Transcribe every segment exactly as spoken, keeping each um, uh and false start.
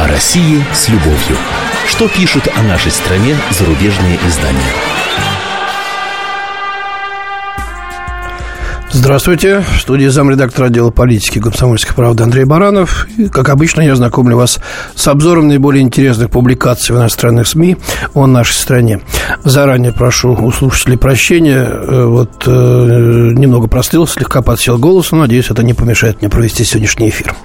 О России с любовью. Что пишут о нашей стране зарубежные издания? Здравствуйте. В студии замредактора отдела политики «Комсомольской правды» Андрей Баранов. И, как обычно, я знакомлю вас с обзором наиболее интересных публикаций в иностранных СМИ о нашей стране. Заранее прошу у слушателей прощения. Вот э, немного простыл, слегка подсел голос, но, надеюсь, это не помешает мне провести сегодняшний эфир.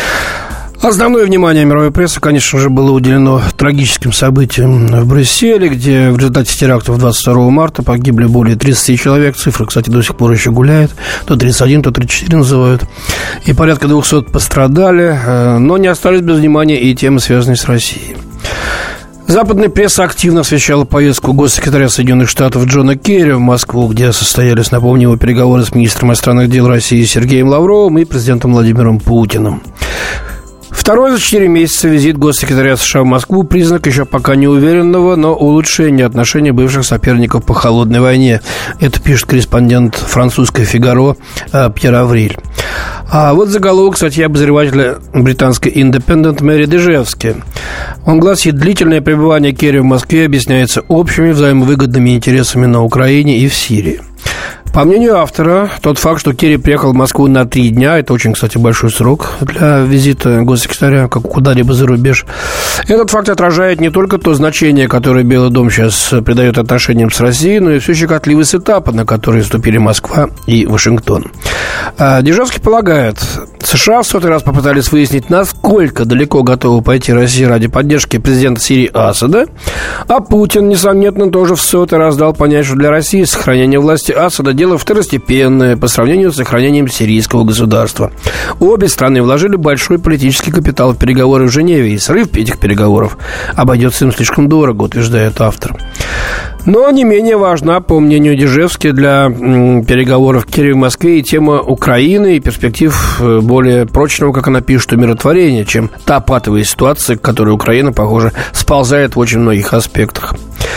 Основное внимание мировой прессы, конечно же, было уделено трагическим событиям в Брюсселе, где в результате терактов двадцать второго марта погибли более тридцать человек. Цифра, кстати, до сих пор еще гуляет. То тридцать один, то тридцать четыре называют. И порядка двухсот пострадали. Но не остались без внимания и темы, связанные с Россией. Западная пресса активно освещала поездку госсекретаря Соединенных Штатов Джона Керри в Москву, где состоялись, напомню, его переговоры с министром иностранных дел России Сергеем Лавровым и президентом Владимиром Путиным. Второй за четыре месяца визит госсекретаря США в Москву – признак еще пока неуверенного, но улучшения отношений бывших соперников по холодной войне. Это пишет корреспондент французской «Фигаро» Пьер Авриль. А вот заголовок статьи обозревателя британской «Индепендент» Мэри Дежевски. Он гласит: длительное пребывание Керри в Москве объясняется общими взаимовыгодными интересами на Украине и в Сирии. По мнению автора, тот факт, что Керри приехал в Москву на три дня, это очень, кстати, большой срок для визита госсекретаря, как куда-либо за рубеж. Этот факт отражает не только то значение, которое Белый дом сейчас придает отношениям с Россией, но и всю щекотливость этапа, на который вступили Москва и Вашингтон. Дежевский полагает, США в сотый раз попытались выяснить, насколько далеко готова пойти Россия ради поддержки президента Сирии Асада, а Путин, несомненно, тоже в сотый раз дал понять, что для России сохранение власти Асада дело второстепенное по сравнению с сохранением сирийского государства. Обе страны вложили большой политический капитал в переговоры в Женеве, и срыв этих переговоров обойдется им слишком дорого, утверждает автор. Но не менее важна, по мнению Дежевски, для м, переговоров Керри в Москве и тема Украины и перспектив более прочного, как она пишет, умиротворения, чем та патовая ситуация, к которой Украина, похоже, сползает в очень многих аспектах.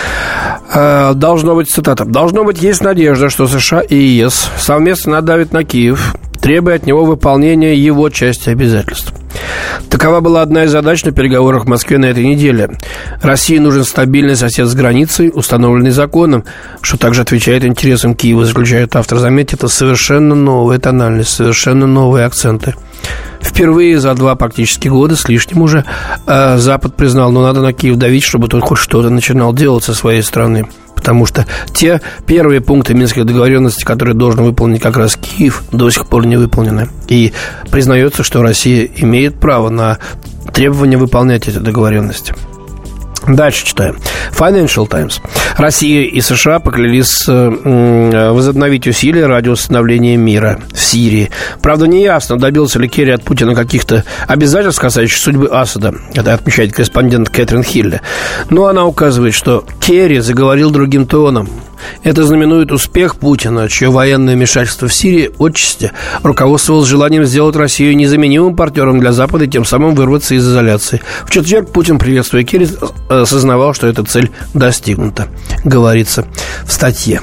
Должно быть, цитата, «Должно быть, есть надежда, что США и ЕС совместно надавят на Киев, требуя от него выполнения его части обязательств». Такова была одна из задач на переговорах в Москве на этой неделе. России нужен стабильный сосед с границей, установленный законом, что также отвечает интересам Киева, заключает автор. Заметьте, это совершенно новая тональность, совершенно новые акценты. Впервые за два практически года с лишним уже э, Запад признал, ну, надо на Киев давить, чтобы тот хоть что-то начинал делать со своей стороны. Потому что те первые пункты Минских договоренностей, которые должен выполнить как раз Киев, до сих пор не выполнены. И признается, что Россия имеет право на требование выполнять эти договоренности. Дальше читаем. Financial Times. Россия и США поклялись э, возобновить усилия ради установления мира в Сирии. Правда, неясно, добился ли Керри от Путина каких-то обязательств, касающихся судьбы Асада. Это отмечает корреспондент Кэтрин Хилле. Но она указывает, что Керри заговорил другим тоном. Это знаменует успех Путина, чье военное вмешательство в Сирии отчасти руководствовалось желанием сделать Россию незаменимым партнером для Запада и тем самым вырваться из изоляции. В четверг Путин, приветствуя Керри, осознавал, что эта цель достигнута, говорится в статье.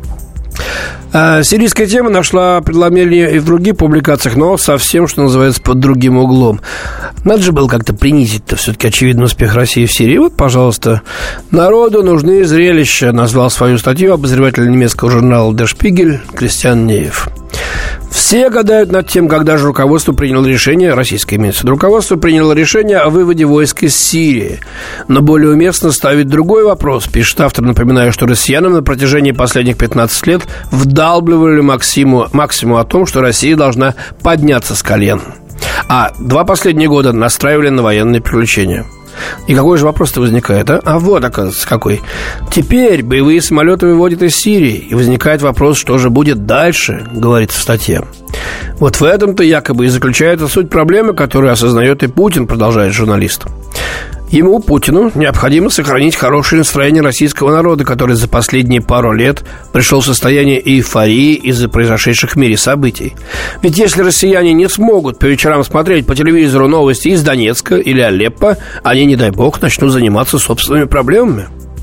Сирийская тема нашла предломление и в других публикациях, но совсем, что называется, под другим углом. Надо же было как-то принизить-то все-таки очевидный успех России в Сирии. Вот, пожалуйста, народу нужны зрелища, назвал свою статью обозреватель немецкого журнала Der Spiegel Кристиан Неев. Все гадают над тем, когда же руководство приняло решение, российское имеется, руководство приняло решение о выводе войск из Сирии. Но более уместно ставить другой вопрос, пишет автор, напоминая, что россиянам на протяжении последних пятнадцати лет вдалбливали максимум, максимум о том, что Россия должна подняться с колен. А два последние года настраивали на военные приключения. И какой же вопрос-то возникает, а? А вот, оказывается, какой. Теперь боевые самолеты выводят из Сирии, и возникает вопрос, что же будет дальше, говорится в статье. Вот в этом-то якобы и заключается суть проблемы, которую осознает и Путин, продолжает журналист. Ему, Путину, необходимо сохранить хорошее настроение российского народа, который за последние пару лет пришел в состояние эйфории из-за произошедших в мире событий. Ведь если россияне не смогут по вечерам смотреть по телевизору новости из Донецка или Алеппо, они, не дай бог, начнут заниматься собственными проблемами.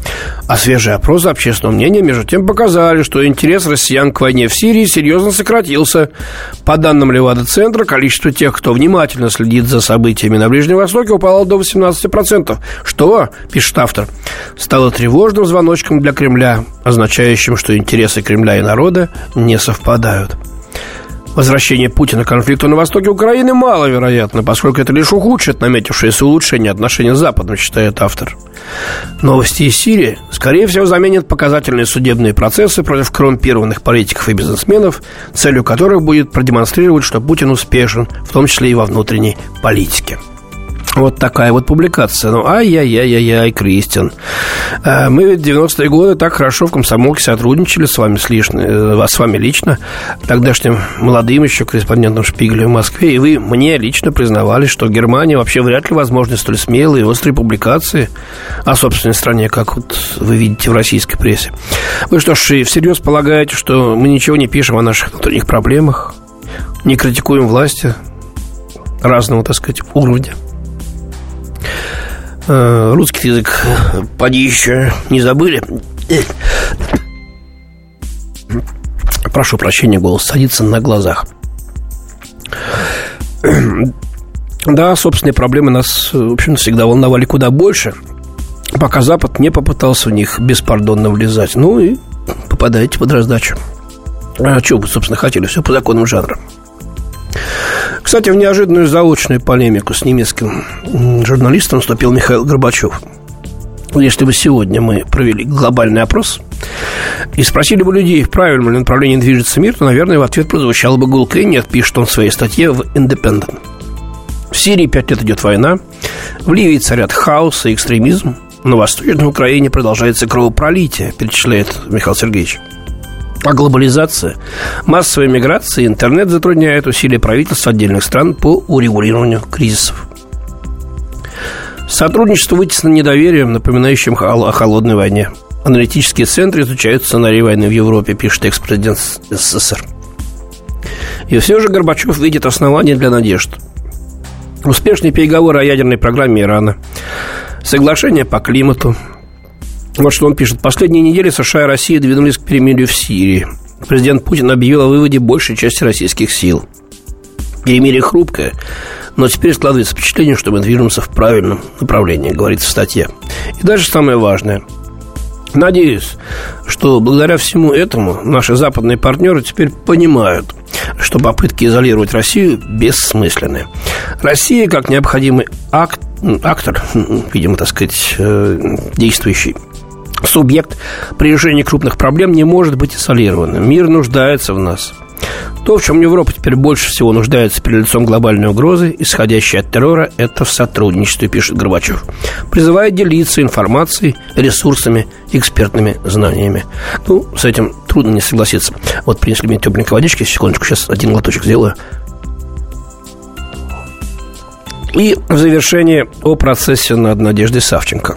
А свежие опросы общественного мнения, между тем, показали, что интерес россиян к войне в Сирии серьезно сократился. По данным Левада-центра, количество тех, кто внимательно следит за событиями на Ближнем Востоке, упало до восемнадцати процентов. Что, пишет автор, стало тревожным звоночком для Кремля, означающим, что интересы Кремля и народа не совпадают. Возвращение Путина к конфликту на востоке Украины маловероятно, поскольку это лишь ухудшит наметившееся улучшение отношений с Западом, считает автор. Новости из Сирии, скорее всего, заменят показательные судебные процессы против коррумпированных политиков и бизнесменов, целью которых будет продемонстрировать, что Путин успешен, в том числе и во внутренней политике. Вот такая вот публикация. Ну, ай-яй-яй-яй-яй, Кристин. Мы ведь в девяностые годы так хорошо в комсомолке сотрудничали с вами, лично, с вами лично, тогдашним молодым еще корреспондентом «Шпигеля» в Москве. И вы мне лично признавали, что в Германии вообще вряд ли возможны столь смелые и острые публикации о собственной стране, как вот вы видите в российской прессе. Вы что ж, и всерьез полагаете, что мы ничего не пишем о наших внутренних проблемах, не критикуем власти разного, так сказать, уровня? Русский язык, поди еще, не забыли? Прошу прощения, голос садится на глазах. Да, собственные проблемы нас, в общем, всегда волновали куда больше, пока Запад не попытался в них беспардонно влезать. Ну и попадаете под раздачу. А что вы, собственно, хотели? Все по законам жанра. Кстати, в неожиданную заочную полемику с немецким журналистом вступил Михаил Горбачев. Если бы сегодня мы провели глобальный опрос и спросили бы людей, в правильном ли направлении движется мир, то, наверное, в ответ прозвучало бы гулкое «нет», пишет он в своей статье в «Индепендент». В Сирии пять лет идет война, в Ливии царят хаос и экстремизм, на Восточной Украине продолжается кровопролитие, перечисляет Михаил Сергеевич. А глобализация, массовая миграция и интернет затрудняют усилия правительств отдельных стран по урегулированию кризисов. Сотрудничество вытеснено недоверием, напоминающим о холодной войне. Аналитические центры изучают сценарий войны в Европе, пишет экс-президент СССР. И все же Горбачев видит основания для надежд. Успешные переговоры о ядерной программе Ирана, соглашение по климату. Вот что он пишет. Последние недели США и Россия двинулись к перемирию в Сирии. Президент Путин объявил о выводе большей части российских сил. Перемирие хрупкое, но теперь складывается впечатление, что мы движемся в правильном направлении, говорится в статье. И даже самое важное. Надеюсь, что благодаря всему этому наши западные партнеры теперь понимают, что попытки изолировать Россию бессмысленны. Россия, как необходимый акт, актор, видимо, так сказать, действующий субъект при решении крупных проблем, не может быть изолированным. Мир нуждается в нас. То, в чем Европа теперь больше всего нуждается перед лицом глобальной угрозы, исходящей от террора, это в сотрудничестве, пишет Горбачев, призывая делиться информацией, ресурсами, экспертными знаниями. Ну, с этим трудно не согласиться. Вот принесли мне тепленькой водички, секундочку, сейчас один глоточек сделаю. И в завершение о процессе над Надеждой Савченко.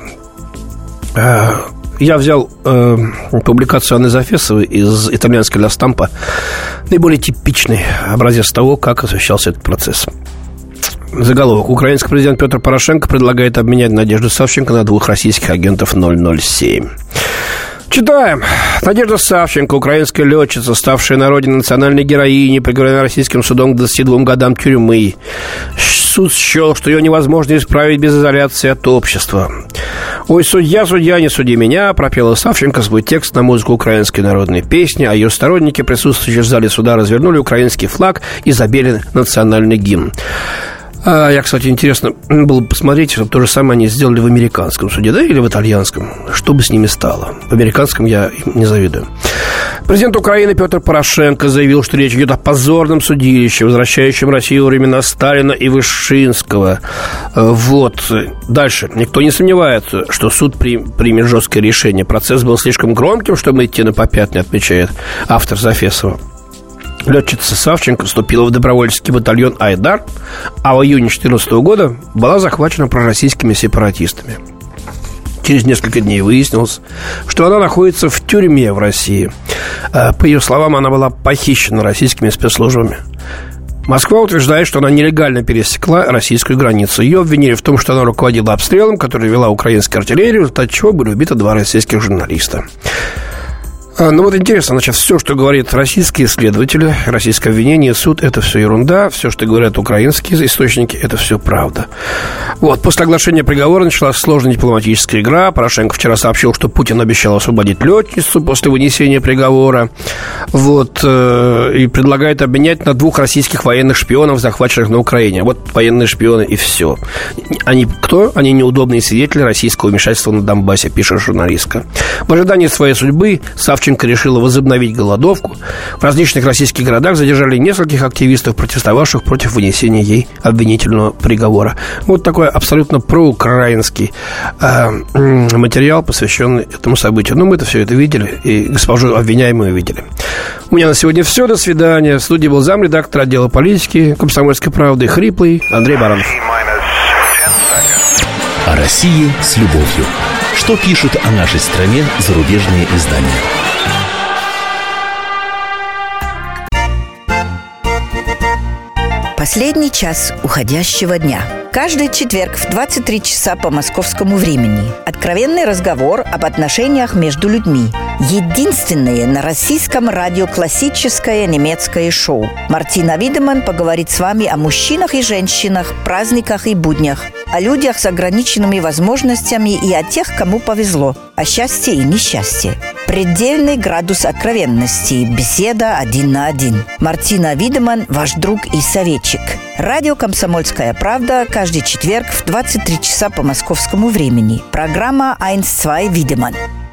Я взял э, публикацию Анны Зафесовой из итальянской «Ля Стампа», наиболее типичный образец того, как осуществлялся этот процесс. Заголовок. Украинский президент Петр Порошенко предлагает обменять Надежду Савченко на двух российских агентов ноль ноль семь. Читаем. Надежда Савченко, украинская летчица, ставшая на родине национальной героиней, приговорена российским судом к двадцати двум годам тюрьмы. Суд счел, что ее невозможно исправить без изоляции от общества. «Ой, судья, судья, не суди меня», пропела Савченко свой текст на музыку украинской народной песни, а ее сторонники, присутствующие в зале суда, развернули украинский флаг и забили национальный гимн. А я, кстати, интересно было бы посмотреть, что то же самое они сделали в американском суде, да, или в итальянском. Что бы с ними стало? В американском я им не завидую. Президент Украины Петр Порошенко заявил, что речь идет о позорном судилище, возвращающем Россию во времена Сталина и Вышинского. Вот. Дальше. Никто не сомневается, что суд примет жесткое решение. Процесс был слишком громким, чтобы идти на попятный, отмечает автор Зафесова. Летчица Савченко вступила в добровольческий батальон «Айдар», а в июне две тысячи четырнадцатого года была захвачена пророссийскими сепаратистами. Через несколько дней выяснилось, что она находится в тюрьме в России. По ее словам, она была похищена российскими спецслужбами. Москва утверждает, что она нелегально пересекла российскую границу. Ее обвинили в том, что она руководила обстрелом, который вела украинская артиллерия, в результате чего были убиты два российских журналиста. Ну вот интересно, значит, все, что говорит российские следователи, российское обвинение, суд, это все ерунда. Все, что говорят украинские источники, это все правда. Вот, после оглашения приговора началась сложная дипломатическая игра. Порошенко вчера сообщил, что Путин обещал освободить летчицу после вынесения приговора. Вот, э, и предлагает обменять на двух российских военных шпионов, захваченных на Украине. Вот военные шпионы и все. Они кто? Они неудобные свидетели российского вмешательства на Донбассе, пишет журналистка. В ожидании своей судьбы Савченко решила возобновить голодовку. В различных российских городах задержали нескольких активистов, протестовавших против вынесения ей обвинительного приговора. Вот такой абсолютно проукраинский э, материал, посвященный этому событию. Ну, мы-то все это видели, и госпожу обвиняемую видели. У меня на сегодня все. До свидания. В студии был замредактор отдела политики «Комсомольской правды» Хриплый Андрей Баранов. О России с любовью. Что пишут о нашей стране зарубежные издания? Последний час уходящего дня. Каждый четверг в двадцать три часа по московскому времени. Откровенный разговор об отношениях между людьми. Единственное на российском радио классическое немецкое шоу. Мартина Видеман поговорит с вами о мужчинах и женщинах, праздниках и буднях, о людях с ограниченными возможностями и о тех, кому повезло, о счастье и несчастье. Предельный градус откровенности. Беседа один на один. Мартина Видеман, ваш друг и советчик. Радио «Комсомольская правда» каждый четверг в двадцать три часа по московскому времени. Программа «Eins, zwei, Видеман».